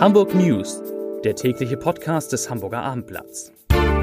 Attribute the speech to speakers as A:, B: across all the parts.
A: Hamburg News, der tägliche Podcast des Hamburger Abendblatts.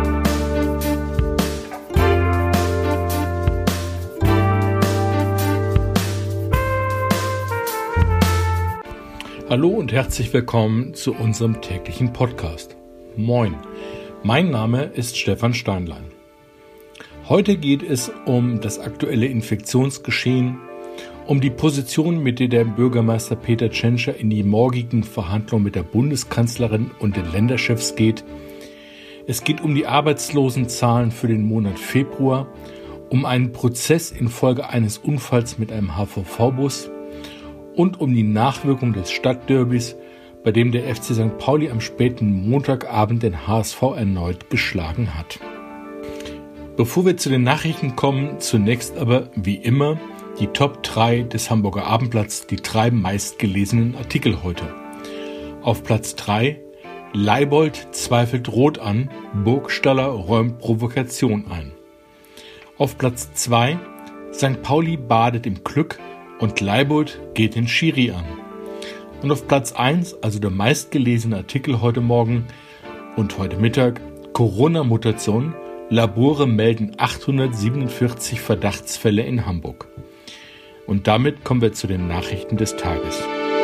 B: Hallo und herzlich willkommen zu unserem täglichen Podcast. Moin, mein Name ist Stefan Steinlein. Heute geht es um das aktuelle Infektionsgeschehen, um die Position, mit der der Bürgermeister Peter Tschentscher in die morgigen Verhandlungen mit der Bundeskanzlerin und den Länderchefs geht. Es geht um die Arbeitslosenzahlen für den Monat Februar, um einen Prozess infolge eines Unfalls mit einem HVV-Bus und um die Nachwirkung des Stadtderbys, bei dem der FC St. Pauli am späten Montagabend den HSV erneut geschlagen hat. Bevor wir zu den Nachrichten kommen, zunächst aber wie immer die Top 3 des Hamburger Abendblatts, die 3 meistgelesenen Artikel heute. Auf Platz 3: Leibold zweifelt Rot an, Burgstaller räumt Provokation ein. Auf Platz 2: St. Pauli badet im Glück und Leibold geht den Schiri an. Und auf Platz 1, also der meistgelesene Artikel heute Morgen und heute Mittag: Corona-Mutation, Labore melden 847 Verdachtsfälle in Hamburg. Und damit kommen wir zu den Nachrichten des Tages.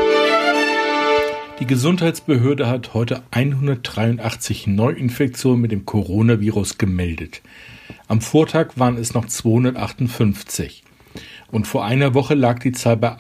B: Die Gesundheitsbehörde hat heute 183 Neuinfektionen mit dem Coronavirus gemeldet. Am Vortag waren es noch 258. Und vor einer Woche lag die Zahl bei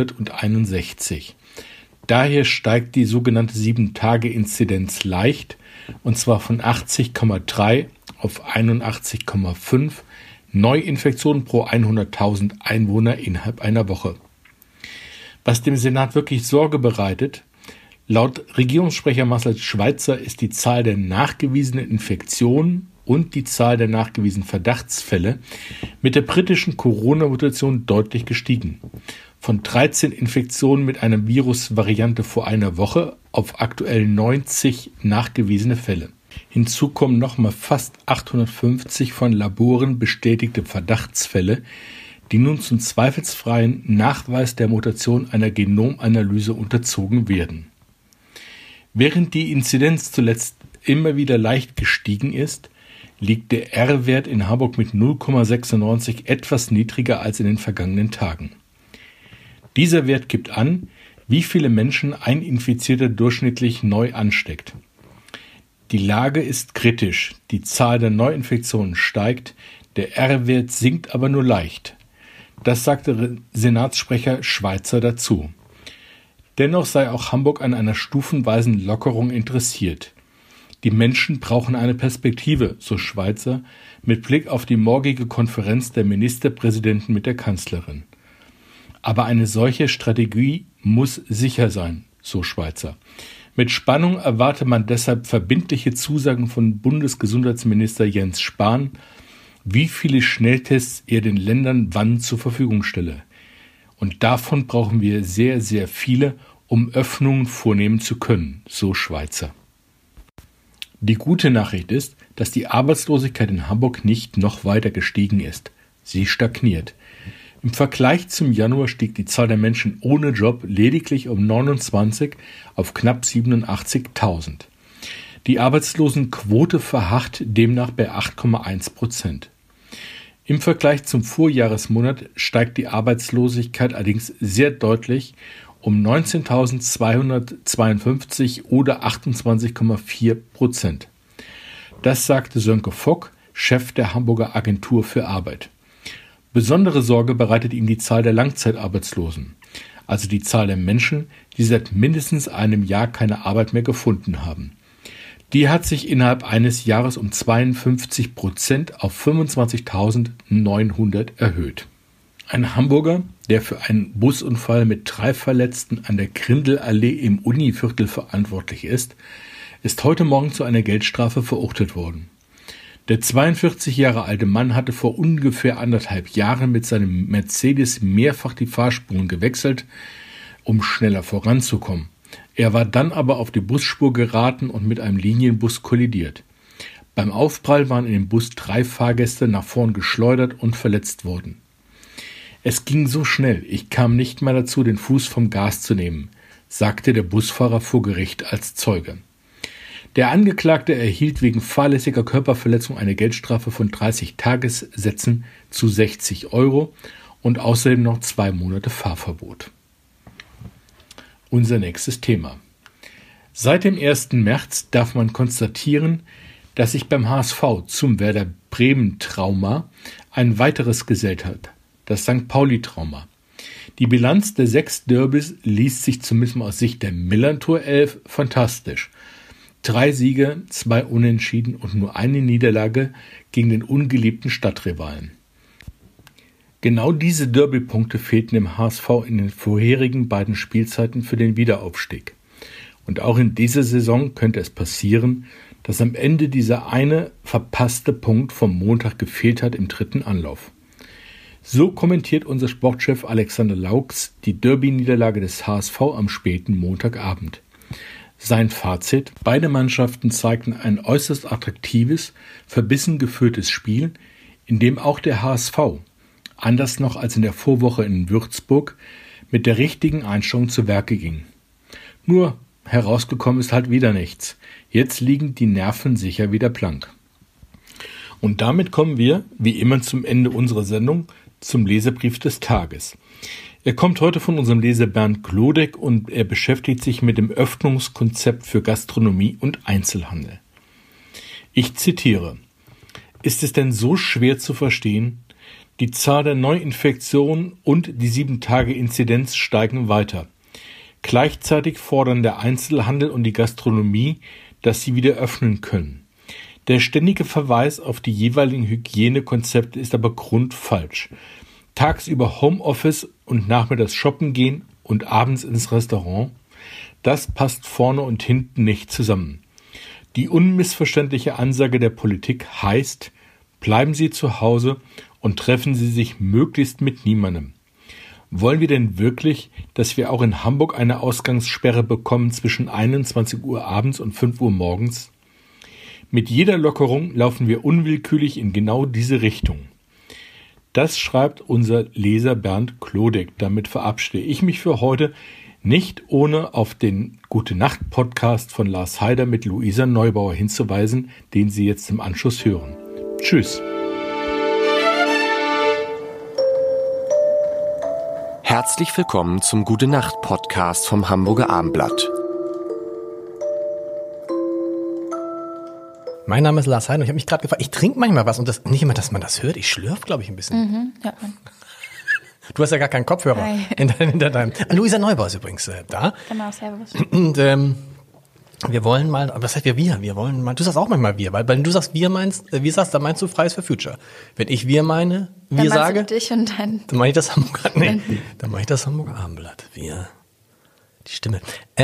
B: 161. Daher steigt die sogenannte 7-Tage-Inzidenz leicht, und zwar von 80,3 auf 81,5 Neuinfektionen pro 100.000 Einwohner innerhalb einer Woche. Was dem Senat wirklich Sorge bereitet: Laut Regierungssprecher Marcel Schweitzer ist die Zahl der nachgewiesenen Infektionen und die Zahl der nachgewiesenen Verdachtsfälle mit der britischen Corona-Mutation deutlich gestiegen. Von 13 Infektionen mit einer Virusvariante vor einer Woche auf aktuell 90 nachgewiesene Fälle. Hinzu kommen nochmal fast 850 von Laboren bestätigte Verdachtsfälle, die nun zum zweifelsfreien Nachweis der Mutation einer Genomanalyse unterzogen werden. Während die Inzidenz zuletzt immer wieder leicht gestiegen ist, liegt der R-Wert in Hamburg mit 0,96 etwas niedriger als in den vergangenen Tagen. Dieser Wert gibt an, wie viele Menschen ein Infizierter durchschnittlich neu ansteckt. Die Lage ist kritisch, die Zahl der Neuinfektionen steigt, der R-Wert sinkt aber nur leicht. Das sagte Senatssprecher Schweitzer dazu. Dennoch sei auch Hamburg an einer stufenweisen Lockerung interessiert. Die Menschen brauchen eine Perspektive, so Schweitzer, mit Blick auf die morgige Konferenz der Ministerpräsidenten mit der Kanzlerin. Aber eine solche Strategie muss sicher sein, so Schweitzer. Mit Spannung erwarte man deshalb verbindliche Zusagen von Bundesgesundheitsminister Jens Spahn, wie viele Schnelltests er den Ländern wann zur Verfügung stelle. Und davon brauchen wir sehr, sehr viele, um Öffnungen vornehmen zu können, so Schweitzer. Die gute Nachricht ist, dass die Arbeitslosigkeit in Hamburg nicht noch weiter gestiegen ist. Sie stagniert. Im Vergleich zum Januar stieg die Zahl der Menschen ohne Job lediglich um 29 auf knapp 87.000. Die Arbeitslosenquote verharrt demnach bei 8,1%. Im Vergleich zum Vorjahresmonat steigt die Arbeitslosigkeit allerdings sehr deutlich um 19.252 oder 28,4%. Das sagte Sönke Vock, Chef der Hamburger Agentur für Arbeit. Besondere Sorge bereitet ihm die Zahl der Langzeitarbeitslosen, also die Zahl der Menschen, die seit mindestens einem Jahr keine Arbeit mehr gefunden haben. Die hat sich innerhalb eines Jahres um 52% auf 25.900 erhöht. Ein Hamburger, der für einen Busunfall mit 3 Verletzten an der Grindelallee im Univiertel verantwortlich ist heute Morgen zu einer Geldstrafe verurteilt worden. Der 42 Jahre alte Mann hatte vor ungefähr 1,5 Jahren mit seinem Mercedes mehrfach die Fahrspuren gewechselt, um schneller voranzukommen. Er war dann aber auf die Busspur geraten und mit einem Linienbus kollidiert. Beim Aufprall waren in dem Bus 3 Fahrgäste nach vorn geschleudert und verletzt worden. Es ging so schnell, ich kam nicht mal dazu, den Fuß vom Gas zu nehmen, sagte der Busfahrer vor Gericht als Zeuge. Der Angeklagte erhielt wegen fahrlässiger Körperverletzung eine Geldstrafe von 30 Tagessätzen zu 60 € und außerdem noch 2 Monate Fahrverbot. Unser nächstes Thema. Seit dem 1. März darf man konstatieren, dass sich beim HSV zum Werder Bremen-Trauma ein weiteres gesellt hat, das St. Pauli-Trauma. Die Bilanz der 6 Derbys liest sich zumindest aus Sicht der Millerntor-Elf fantastisch. 3 Siege, 2 Unentschieden und nur eine Niederlage gegen den ungeliebten Stadtrivalen. Genau diese Derbypunkte fehlten dem HSV in den vorherigen beiden Spielzeiten für den Wiederaufstieg. Und auch in dieser Saison könnte es passieren, dass am Ende dieser eine verpasste Punkt vom Montag gefehlt hat im 3. Anlauf. So kommentiert unser Sportchef Alexander Laux die Derby-Niederlage des HSV am späten Montagabend. Sein Fazit: Beide Mannschaften zeigten ein äußerst attraktives, verbissen geführtes Spiel, in dem auch der HSV, anders noch als in der Vorwoche in Würzburg, mit der richtigen Einstellung zu Werke ging. Nur herausgekommen ist halt wieder nichts. Jetzt liegen die Nerven sicher wieder blank. Und damit kommen wir, wie immer zum Ende unserer Sendung, zum Leserbrief des Tages. Er kommt heute von unserem Leser Bernd Glodek und er beschäftigt sich mit dem Öffnungskonzept für Gastronomie und Einzelhandel. Ich zitiere: Ist es denn so schwer zu verstehen? Die Zahl der Neuinfektionen und die 7-Tage-Inzidenz steigen weiter. Gleichzeitig fordern der Einzelhandel und die Gastronomie, dass sie wieder öffnen können. Der ständige Verweis auf die jeweiligen Hygienekonzepte ist aber grundfalsch. Tagsüber Homeoffice und nachmittags shoppen gehen und abends ins Restaurant, das passt vorne und hinten nicht zusammen. Die unmissverständliche Ansage der Politik heißt: Bleiben Sie zu Hause und treffen Sie sich möglichst mit niemandem. Wollen wir denn wirklich, dass wir auch in Hamburg eine Ausgangssperre bekommen zwischen 21 Uhr abends und 5 Uhr morgens? Mit jeder Lockerung laufen wir unwillkürlich in genau diese Richtung. Das schreibt unser Leser Bernd Glodek. Damit verabschiede ich mich für heute, nicht ohne auf den Gute-Nacht-Podcast von Lars Heider mit Luisa Neubauer hinzuweisen, den Sie jetzt im Anschluss hören. Tschüss.
C: Herzlich willkommen zum Gute-Nacht-Podcast vom Hamburger Abendblatt.
D: Mein Name ist Lars Heider und ich habe mich gerade gefragt, ich trinke manchmal was und das nicht immer, dass man das hört. Ich schlürfe, glaube ich, ein bisschen.
E: Ja.
D: Du hast ja gar keinen Kopfhörer hinter deinem. Luisa Neubauer ist übrigens da.
E: Genau, servus.
D: Und wir wollen mal, was heißt wir? Wir wollen mal, du sagst auch manchmal wir, weil wenn du sagst wir meinst, dann meinst du Fridays for Future. Wenn ich wir meine, wir
E: dann
D: sage,
E: dich und dann
D: meine ich das Hamburger, dann mache ich das Hamburger Abendblatt. Wir, die Stimme.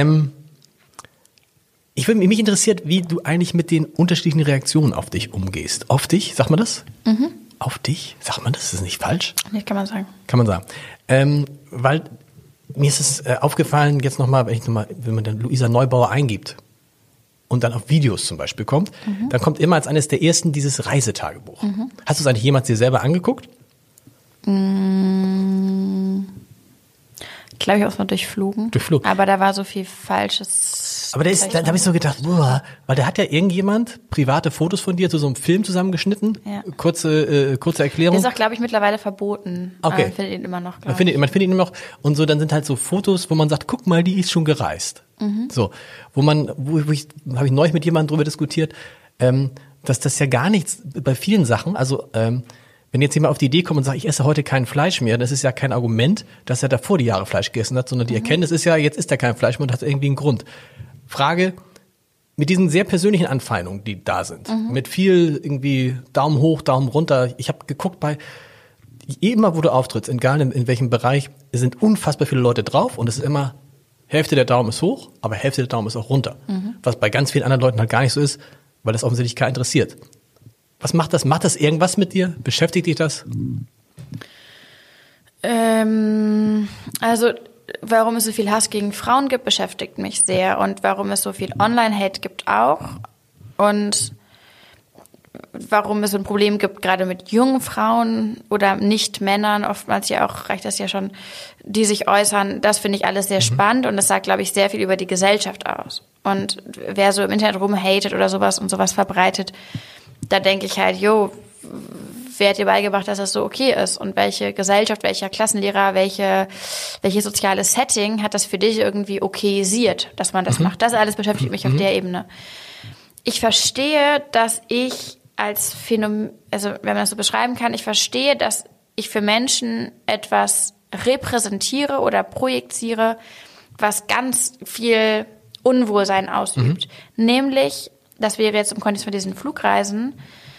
D: Mich interessiert, wie du eigentlich mit den unterschiedlichen Reaktionen auf dich umgehst. Auf dich, sagt man das? Mhm. Auf dich? Sagt man das? Ist das nicht falsch?
E: Nee, kann man sagen.
D: Kann man sagen. Weil mir ist es aufgefallen, jetzt nochmal, wenn man dann Luisa Neubauer eingibt und dann auf Videos zum Beispiel kommt, dann kommt immer als eines der ersten dieses Reisetagebuch. Hast du es eigentlich jemals dir selber angeguckt?
E: Ich glaube, ich habe es mal durchflogen. Aber da war so viel Falsches.
D: Aber da habe ich so gedacht, boah, weil da hat ja irgendjemand private Fotos von dir zu so einem Film zusammengeschnitten. Ja. Kurze Erklärung.
E: Der ist auch, glaube ich, mittlerweile verboten.
D: Okay.
E: Man findet ihn immer noch,
D: Man findet ihn immer noch. Und so, dann sind halt so Fotos, wo man sagt, guck mal, die ist schon gereist. So, habe ich neulich mit jemandem drüber diskutiert, dass das ja gar nichts bei vielen Sachen, also wenn jetzt jemand auf die Idee kommt und sagt, ich esse heute kein Fleisch mehr, das ist ja kein Argument, dass er davor die Jahre Fleisch gegessen hat, sondern die Erkenntnis ist ja, jetzt isst er kein Fleisch mehr und hat irgendwie einen Grund. Frage, mit diesen sehr persönlichen Anfeindungen, die da sind, mit viel irgendwie Daumen hoch, Daumen runter, ich habe geguckt immer wo du auftrittst, egal in welchem Bereich, sind unfassbar viele Leute drauf und es ist immer, Hälfte der Daumen ist hoch, aber Hälfte der Daumen ist auch runter. Was bei ganz vielen anderen Leuten halt gar nicht so ist, weil das offensichtlich keiner interessiert. Was macht das? Macht das irgendwas mit dir? Beschäftigt dich das?
E: Also, warum es so viel Hass gegen Frauen gibt, beschäftigt mich sehr. Und warum es so viel Online-Hate gibt auch. Und warum es so ein Problem gibt, gerade mit jungen Frauen oder Nicht-Männern, oftmals ja auch, reicht das ja schon, die sich äußern, das finde ich alles sehr spannend und das sagt, glaube ich, sehr viel über die Gesellschaft aus. Und wer so im Internet rumhatet oder sowas und sowas verbreitet, da denke ich halt, wer hat dir beigebracht, dass das so okay ist? Und welche Gesellschaft, welcher Klassenlehrer, welches soziale Setting hat das für dich irgendwie okayisiert, dass man das macht? Das alles beschäftigt mich auf der Ebene. Ich verstehe, dass ich als Phänomen, also wenn man das so beschreiben kann, ich verstehe, dass ich für Menschen etwas repräsentiere oder projiziere, was ganz viel Unwohlsein ausübt. Nämlich, das wäre jetzt im Kontext von diesen Flugreisen,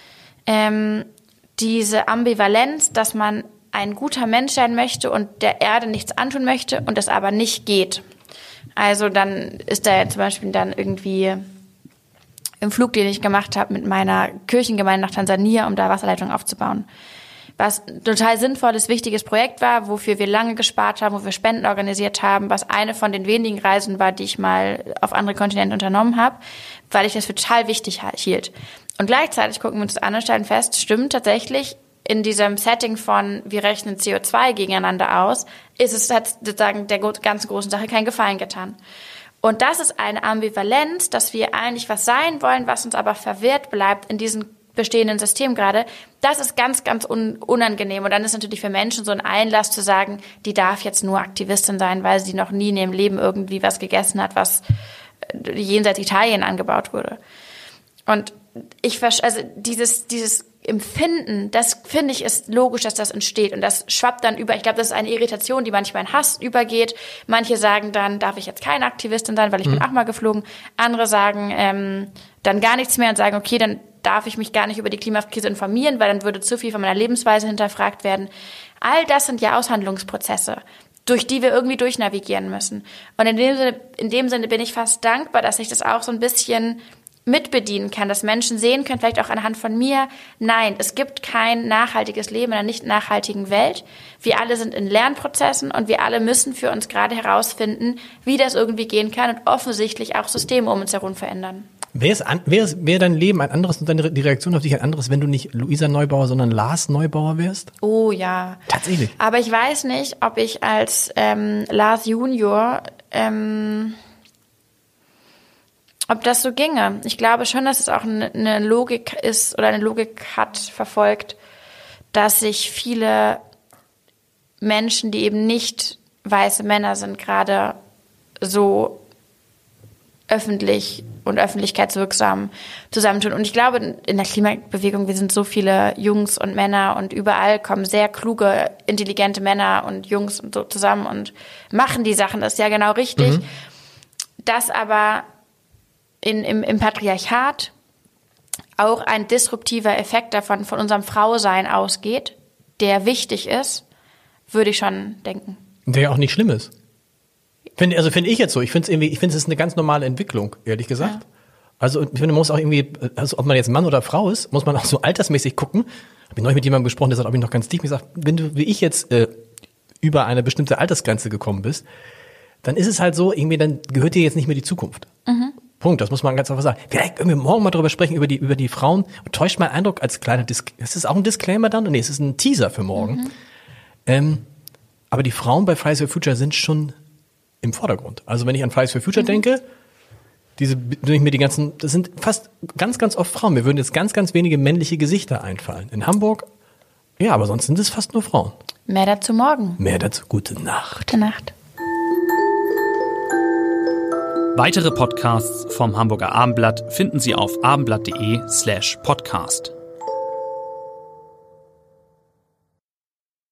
E: diese Ambivalenz, dass man ein guter Mensch sein möchte und der Erde nichts antun möchte und das aber nicht geht. Also dann ist da zum Beispiel dann irgendwie im Flug, den ich gemacht habe mit meiner Kirchengemeinde nach Tansania, um da Wasserleitungen aufzubauen. Was ein total sinnvolles, wichtiges Projekt war, wofür wir lange gespart haben, wo wir Spenden organisiert haben, was eine von den wenigen Reisen war, die ich mal auf andere Kontinente unternommen habe, weil ich das für total wichtig hielt. Und gleichzeitig gucken wir uns das an und stellen fest, stimmt tatsächlich, in diesem Setting von, wir rechnen CO2 gegeneinander aus, hat sozusagen der ganzen großen Sache keinen Gefallen getan. Und das ist eine Ambivalenz, dass wir eigentlich was sein wollen, was uns aber verwehrt bleibt in diesem bestehenden System gerade. Das ist ganz, ganz unangenehm. Und dann ist natürlich für Menschen so ein Einlass zu sagen, die darf jetzt nur Aktivistin sein, weil sie noch nie in ihrem Leben irgendwie was gegessen hat, was jenseits Italien angebaut wurde. Und dieses Empfinden, das finde ich ist logisch, dass das entsteht und das schwappt dann über. Ich glaube, das ist eine Irritation, die manchmal in Hass übergeht. Manche sagen dann, darf ich jetzt keine Aktivistin sein, weil ich bin auch mal geflogen. Andere sagen dann gar nichts mehr und sagen, okay, dann darf ich mich gar nicht über die Klimakrise informieren, weil dann würde zu viel von meiner Lebensweise hinterfragt werden. All das sind ja Aushandlungsprozesse, durch die wir irgendwie durchnavigieren müssen. Und in dem Sinne bin ich fast dankbar, dass ich das auch so ein bisschen mitbedienen kann, dass Menschen sehen können, vielleicht auch anhand von mir, nein, es gibt kein nachhaltiges Leben in einer nicht nachhaltigen Welt. Wir alle sind in Lernprozessen und wir alle müssen für uns gerade herausfinden, wie das irgendwie gehen kann und offensichtlich auch Systeme um uns herum verändern.
D: Wäre dein Leben ein anderes und die Reaktion auf dich ein anderes, wenn du nicht Luisa Neubauer, sondern Lars Neubauer wärst?
E: Oh ja.
D: Tatsächlich.
E: Aber ich weiß nicht, ob ich als Lars Junior ob das so ginge. Ich glaube schon, dass es auch eine Logik ist oder eine Logik hat verfolgt, dass sich viele Menschen, die eben nicht weiße Männer sind, gerade so öffentlich und öffentlichkeitswirksam zusammentun. Und ich glaube, in der Klimabewegung, wir sind so viele Jungs und Männer und überall kommen sehr kluge, intelligente Männer und Jungs und so zusammen und machen die Sachen. Das ist ja genau richtig. Das aber im Patriarchat auch ein disruptiver Effekt davon von unserem Frausein ausgeht, der wichtig ist, würde ich schon denken.
D: Der ja auch nicht schlimm ist. Finde ich jetzt so. Ich finde es ist eine ganz normale Entwicklung, ehrlich gesagt. Ja. Also ich finde, man muss auch irgendwie, also ob man jetzt Mann oder Frau ist, muss man auch so altersmäßig gucken. Habe ich neulich mit jemandem gesprochen, der sagt, ob ich noch ganz tief gesagt, wenn du, wie ich jetzt, über eine bestimmte Altersgrenze gekommen bist, dann ist es halt so, irgendwie, dann gehört dir jetzt nicht mehr die Zukunft. Punkt, das muss man ganz einfach sagen. Vielleicht irgendwie morgen mal drüber sprechen, über die Frauen. Und täuscht mein Eindruck als kleiner ist das auch ein Disclaimer dann? Nee, es ist ein Teaser für morgen. Aber die Frauen bei Fridays for Future sind schon im Vordergrund. Also wenn ich an Fridays for Future denke, das sind fast ganz, ganz oft Frauen. Mir würden jetzt ganz, ganz wenige männliche Gesichter einfallen. In Hamburg, ja, aber sonst sind es fast nur Frauen.
E: Mehr dazu morgen.
D: Mehr dazu. Gute Nacht.
E: Gute Nacht.
A: Weitere Podcasts vom Hamburger Abendblatt finden Sie auf abendblatt.de/podcast.